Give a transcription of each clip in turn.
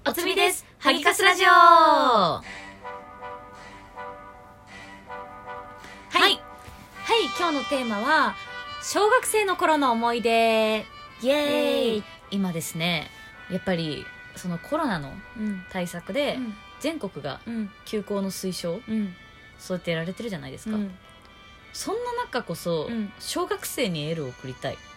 おつみです。ハギカスラジオ。はい、今日のテーマは小学生の頃の思い出。 イエーイ。今ですね、やっぱりそのコロナの対策で全国が休校の推奨、そうやってやられてるじゃないですか、そんな中こそ、小学生にエールを送りたい。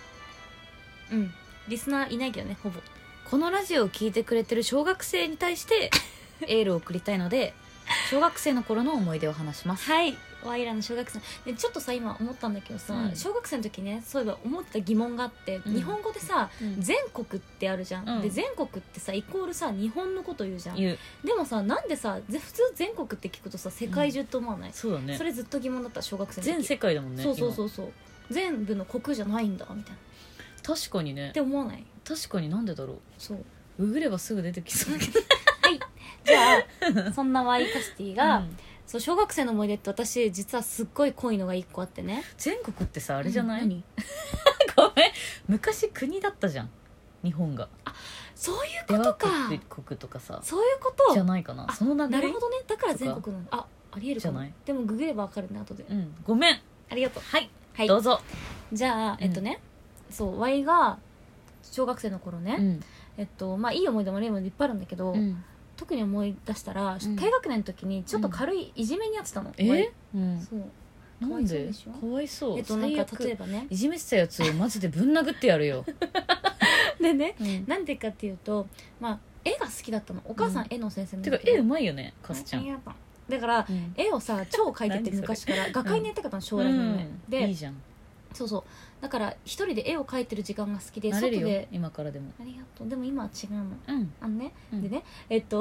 リスナーいないけどね、ほぼ。 このラジオを聞いてくれてる小学生に対してエールを送りたいので小学生の頃の思い出を話します。 はい、ワイらの小学生でちょっとさ、今思ったんだけどさ、小学生の時ね、そういえば思ってた疑問があって、日本語でさ、全国ってあるじゃん、で全国ってさイコールさ日本のこと言うじゃん。でもさ、なんでさ普通全国って聞くとさ世界中って思わない？ そうだね。 それずっと疑問だった、小学生の時。 全世界だもんね。 そう全部の国じゃないんだみたいな。 確かにね。 って思わない？ 確かに、なんでだろう。 そうググればすぐ出てきそうだけどはい、じゃあそんなワイカシティが、そう小学生の思い出って私実はすっごい濃いのが一個あってね。 全国ってさあれじゃない？ 何ごめん、昔国だったじゃん日本が。 あ、そういうことか。 国とかさ、 そういうことじゃないかな。その流れ。 なるほどね、だから全国なの。ありえるかも。 じゃない？ でもググればわかるね後で。 ごめん、 ありがとう。 はい、 はい、 どうぞ。 じゃあそうワイが小学生の頃ね、まあいい思い出も悪い思い出いっぱいあるんだけど、特に思い出したら、低学年の時にちょっと軽いいじめにあってたの。そうなんで？かわいそう。 なんか例えばね、 いじめてたやつをマジでぶん殴ってやるよでね、なんでかっていうと、まあ絵が好きだったの。お母さん絵の先生なんてかだけど、 絵うまいよねカスちゃん。 だから絵をさ超描いてて、昔から画家になりたかったの、将来の夢で。 いいじゃん。 そうだから一人で絵を描いてる時間が好きで、 外で今からでも。 ありがとう。でも今は違うの。でね、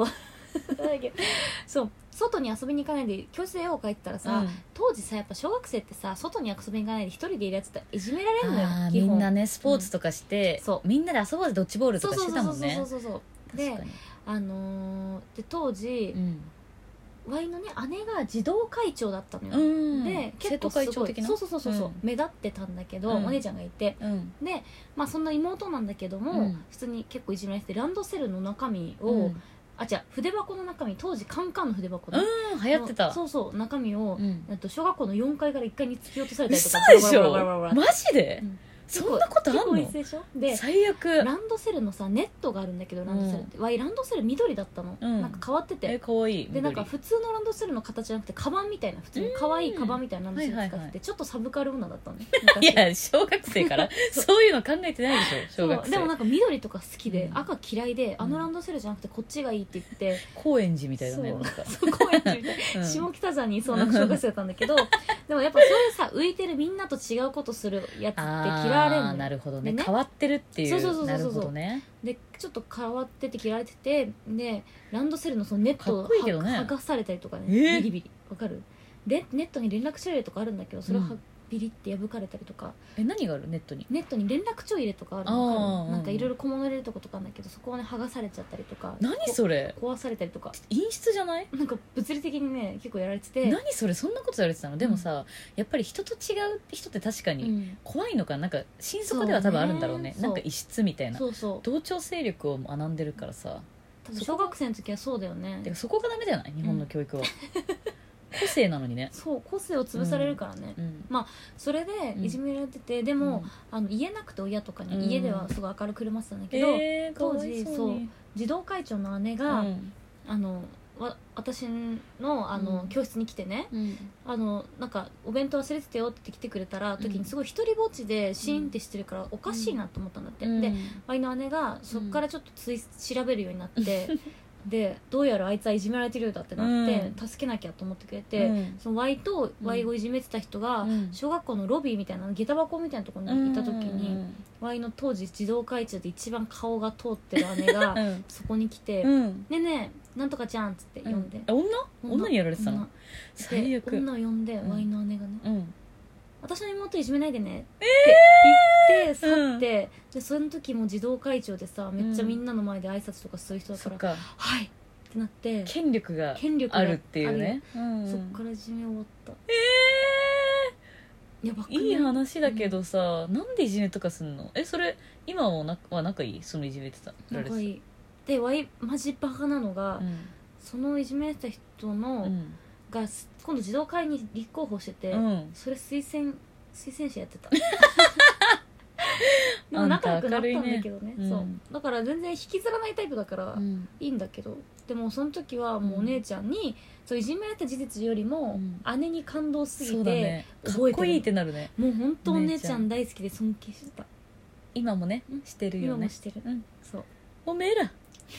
そう外に遊びに行かないで教室で絵を描いてたらさ、当時さやっぱ小学生ってさ、外に遊びに行かないで一人でいるやつっていじめられるのよ。 みんなねスポーツとかして、みんなで遊ぼうでドッジボールとかしてたもんね。 そうで当時ワイのね姉が児童会長だったのよ。で結構すごいそう目立ってたんだけど、お姉ちゃんがいて、でまあそんな妹なんだけども、普通に結構いじめられてて、ランドセルの中身を筆箱の中身、当時カンカンの筆箱の流行ってた。 そう中身を小学校の4階から1階に突き落とされたりとか。 嘘でしょ？マジで？そんなことあんの？ で最悪。 ランドセルのさネットがあるんだけど、ランドセルってワイランドセル緑だったの。なんか変わってて、 かわいい。 でなんか普通のランドセルの形じゃなくてカバンみたいな、普通に可愛いカバンみたいなランドセル使ってて、ちょっとサブカル女だったのね。 いや小学生からそういうの考えてないでしょ小学生。 でもなんか緑とか好きで、赤嫌いで、あのランドセルじゃなくてこっちがいいって言って、 高円寺みたいだね。 そう高円寺みたいな、下北沢にいそうな小学生だったんだけど、でもやっぱそういうさ浮いてるみんなと違うことするやつって嫌われるの。 なるほどね。変わってるっていう。なるほどね。 でちょっと変わってて嫌われてて、でランドセルのそのネットを剥がされたりとかね、ビリビリわかる？でネットに連絡帳入れとかあるんだけど、それをビリって破かれたりとか。 何がある？ネットに連絡帳入れとかあるのか、なんかいろいろ小物入れるとことかあるんだけど、そこをね剥がされちゃったりとか。 何それ？ 壊されたりとか。 陰湿じゃない？ なんか物理的にね結構やられてて。 何それ？そんなことやられてたの？でもさ、やっぱり人と違う人って確かに怖いのか、なんか心底では多分あるんだろうね。なんか異質みたいな。同調勢力を学んでるからさ。 小学生の時はそうだよね。 てかそこがダメじゃない？日本の教育は。個性なのにね。 そう個性を潰されるからね。まあそれでいじめられてて、でも言えなくて親とかに、家ではすごい明るく振る舞ってたんだけど、当時児童会長の姉が私の教室に来てね、なんかお弁当忘れてたよって来てくれたら時に、すごい一人ぼっちでシーンってしてるからおかしいなと思ったんだって。でワイの姉がそこからちょっと調べるようになってでどうやらあいつはいじめられてるようだってなって、助けなきゃと思ってくれて、そのワイとワイをいじめてた人が小学校のロビーみたいな下駄箱みたいなところにいた時に、ワイの当時児童会長で一番顔が通ってる姉がそこに来て「ねえねえなんとかちゃん」っつって呼んで。 女にやられてたの？最悪。 女を呼んでワイの姉がね「私の妹いじめないでね」って言って去って、でその時も児童会長でさ、めっちゃみんなの前で挨拶とかする人だから「はい」ってなって、 権力があるっていうね。 そっからいじめ終わった。やばくね？ いい話だけどさ、なんでいじめとかすんの？それ今は仲いい？そのいじめてた仲いい。 でワイマジバカなのが、そのいじめられた人の、が今度児童会に立候補してて、それ推薦者やってたでも仲良くなったんだけどね、そうだから全然引きずらないタイプだからいいんだけど、でもその時はもうお姉ちゃんに、そういじめられた事実よりも、姉に感動すぎて覚えてる、かっこいいってなるね。 もう本当お姉ちゃん大好きで尊敬してた。 今もね、してるよね。 今もしてる、そう。 おめえら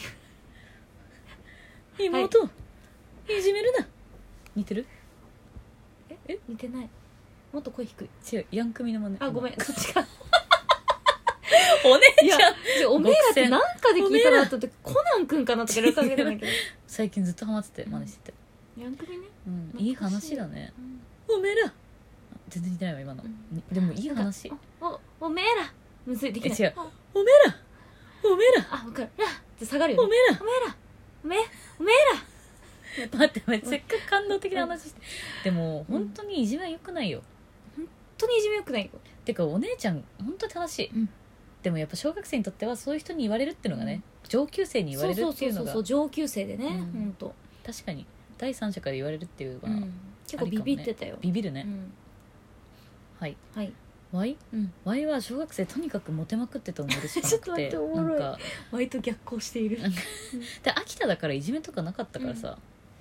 妹、いじめるな。似てる？ 似てない。もっと声低い。 違う、ヤンクミの真似。 あ、ごめん、そっちか。 お姉ちゃん、 おめえらってなんかで聞いたなと思って、コナンくんかなとかいろいろ考えたんだけど最近ずっとハマってて真似してて、 ヤンクミね、 いい話だね。おめえら全然似てないわ今の、でもいい話。 おめえらむずい、できない。 違う、おめえらあ、分かる。って下がるよね。 おめえら待ってせっかく感動的な話して、でも本当にいじめは良くないよ。 本当にいじめ良くないよ。 てかお姉ちゃん本当に正しい、でもやっぱ小学生にとってはそういう人に言われるっていうのがね、上級生に言われるっていうのが、 そう上級生でね、本当確かに第三者から言われるっていうのは、 結構ビビってたよ。 ビビるね、はいワイは小学生とにかくモテまくってた思い出しかなくてなんかワイと逆行しているで秋田だからいじめとかなかったからさ、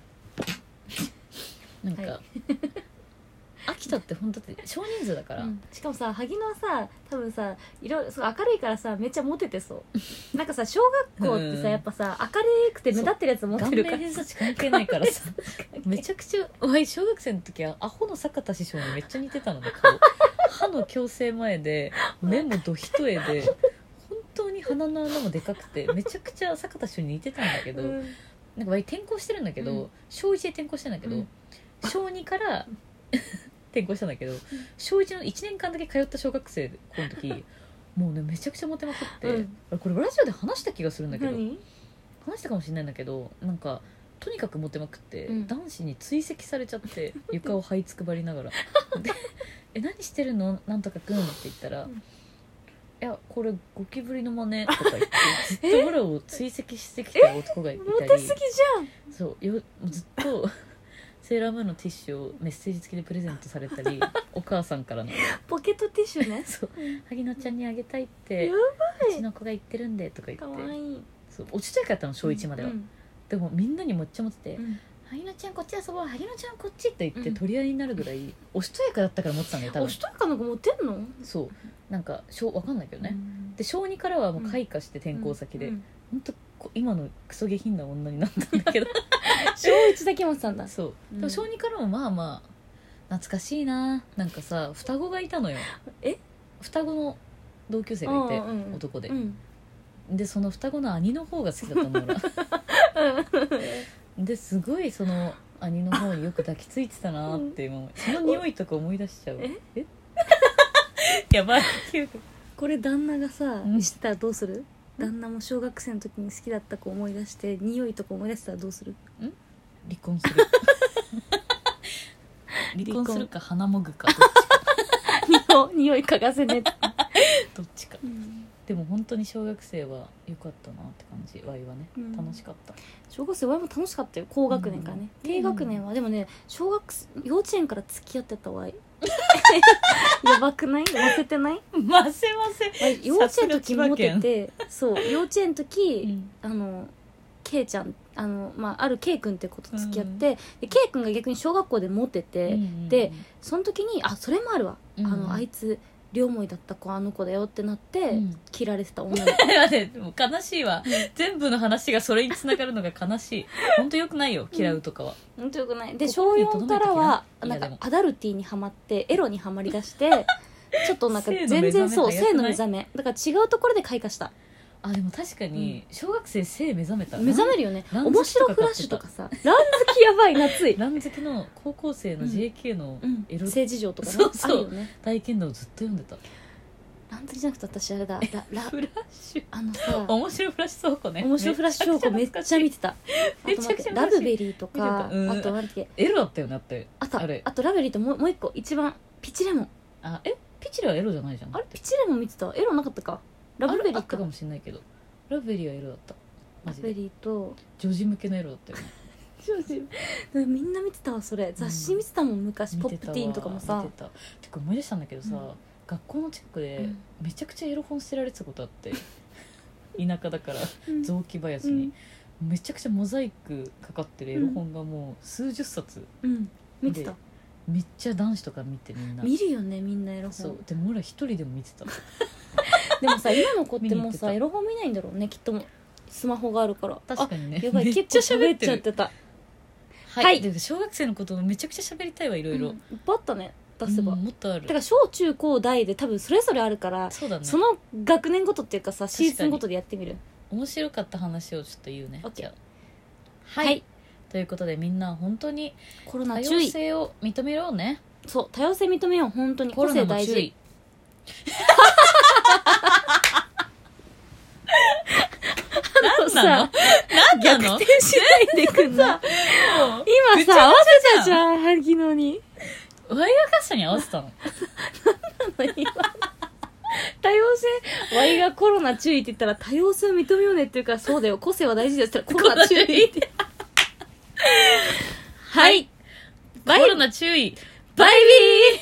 なんか秋田って本当って少人数だから、 しかもさ萩野はさ多分さいろいろ明るいからさめっちゃモテてそうなんかさ小学校ってさやっぱさ明るくて目立ってるやつ持ってるから、 顔面偏差値関係ないからさめちゃくちゃ小学生の時はアホの坂田師匠にめっちゃ似てたのね。顔歯の矯正前で目もど一重で本当に鼻の穴もでかくてめちゃくちゃ坂田師匠に似てたんだけど、なんか転校してるんだけど、小1で転校してるんだけど、小2から転校したんだけど、小1の1年間だけ通った小学生この時もうねめちゃくちゃモテまくって、これラジオで話した気がするんだけど、話したかもしれないんだけど、なんかとにかくモテまくって、男子に追跡されちゃって床を這いつくばりながらで何してるのなんとかくんって言ったら、いやこれゴキブリの真似とか言ってずっと俺を追跡してきた男がいたり、 モテすぎじゃん。 そうずっとセーラームーンのティッシュをメッセージ付きでプレゼントされたりお母さんからのポケットティッシュねそう萩野ちゃんにあげたいってやばい、 うちの子が言ってるんでとか言って、 かわいい。 そうおちっちゃい子やったの小1までは、でもみんなにもっちゃ持ってて、萩野ちゃんこっち遊ぼう、萩野ちゃんこっちって言って取り合いになるぐらい、おしとやかだったから持ってたんだよ多分。 おしとやかなんか持ってんの？ そうなんかわかんないけどね、で小2からはもう開花して転校先で、ほんと今のクソ下品な女になったんだけど小1だけ持ってたんだ。 そう、でも小2からもまあまあ懐かしいな。なんかさ双子がいたのよ。双子の同級生がいて、男で、でその双子の兄の方が好きだったの俺ですごいその兄の方によく抱きついてたなって今、その匂いとか思い出しちゃう。やばいこれ旦那がさ、知ったらどうする？旦那も小学生の時に好きだった子思い出して匂いとか思い出したらどうする？ 離婚する離婚するか鼻もぐかどっちか匂い嗅がせねどっちか、でも本当に小学生は良かったなって感じ。ワイはね、楽しかった。 小学生ワイも楽しかったよ。高学年からね、低学年はでもね幼稚園から付き合ってたワイやばくない？忘れてない？ ませ幼稚園の時モテて、そう幼稚園の時、ケイちゃんあるケイ君って子と付き合って、でケイ君が逆に小学校でモテて、でその時にそれもあるわ、あいつ両思いだった子あの子だよってなって、切られてた女の子でも悲しいわ、全部の話がそれにつながるのが悲しい。本当よくないよ嫌うとかは、 本当よくない。で小4からはなんかアダルティにハマってエロにハマりだしてちょっとなんか全然性の目覚めだから違うところで開花した。 でも確かに小学生性目覚めた。 目覚めるよね。面白フラッシュとかさ、ラン好きやばい夏いラン好きの高校生の JK のエロ、 性事情とかね、 そうあるよね。 体験談をずっと読んでた。 ラン好きじゃなくて私あれだフラッシュさ面白フラッシュ倉庫ね。 面白フラッシュ倉庫めっちゃ見てた。 めちゃくちゃラブベリーとか、あと何だっけ、 エロだったよね。あとラブベリーともう一個一番ピチレモン。 ピチレはエロじゃないじゃん。 ピチレモン見てた。エロなかったか。ラブベリーあったかもしれないけどラブベリーはエロだった。 マジでベリーと女児向けのエロだったよね。 みんな見てたわそれ。雑誌見てたもん昔、ポップティーンとかもさ。 見てた。てか思い出したんだけどさ、学校の近くでめちゃくちゃエロ本捨てられてたことあって、田舎だから雑木林に、めちゃくちゃモザイクかかってるエロ本がもう数十冊、 見てた。 めっちゃ男子とか見て、みんな見るよねみんなエロ本。 そうでも俺ら一人でも見てたでもさ今の子ってもうさエロ本見ないんだろうねきっと。スマホがあるから。 確かにね。 やばい、結構喋っちゃってた。 はい、で小学生のことめちゃくちゃ喋りたいわ、いろいろ。 いっぱいあったね、出せば。 もっとある。 だから小中高大で多分それぞれあるから、 そうだね、 その学年ごとっていうかさ、シーズンごとでやってみる。 面白かった話をちょっと言うね。 じゃあはい、ということでみんな本当にコロナ多様性を認めようね。 そう、多様性認めよう。本当に個性大事。 何なの逆転しないでくんな今さ合わせたじゃん、萩野に。 ワイがカッサに合わせたの何なの今多様性、ワイがコロナ注意って言ったら多様性を認めようねって言うから、そうだよ個性は大事ですって言ったらコロナ注意ってはい、 コロナ注意、 バイビー。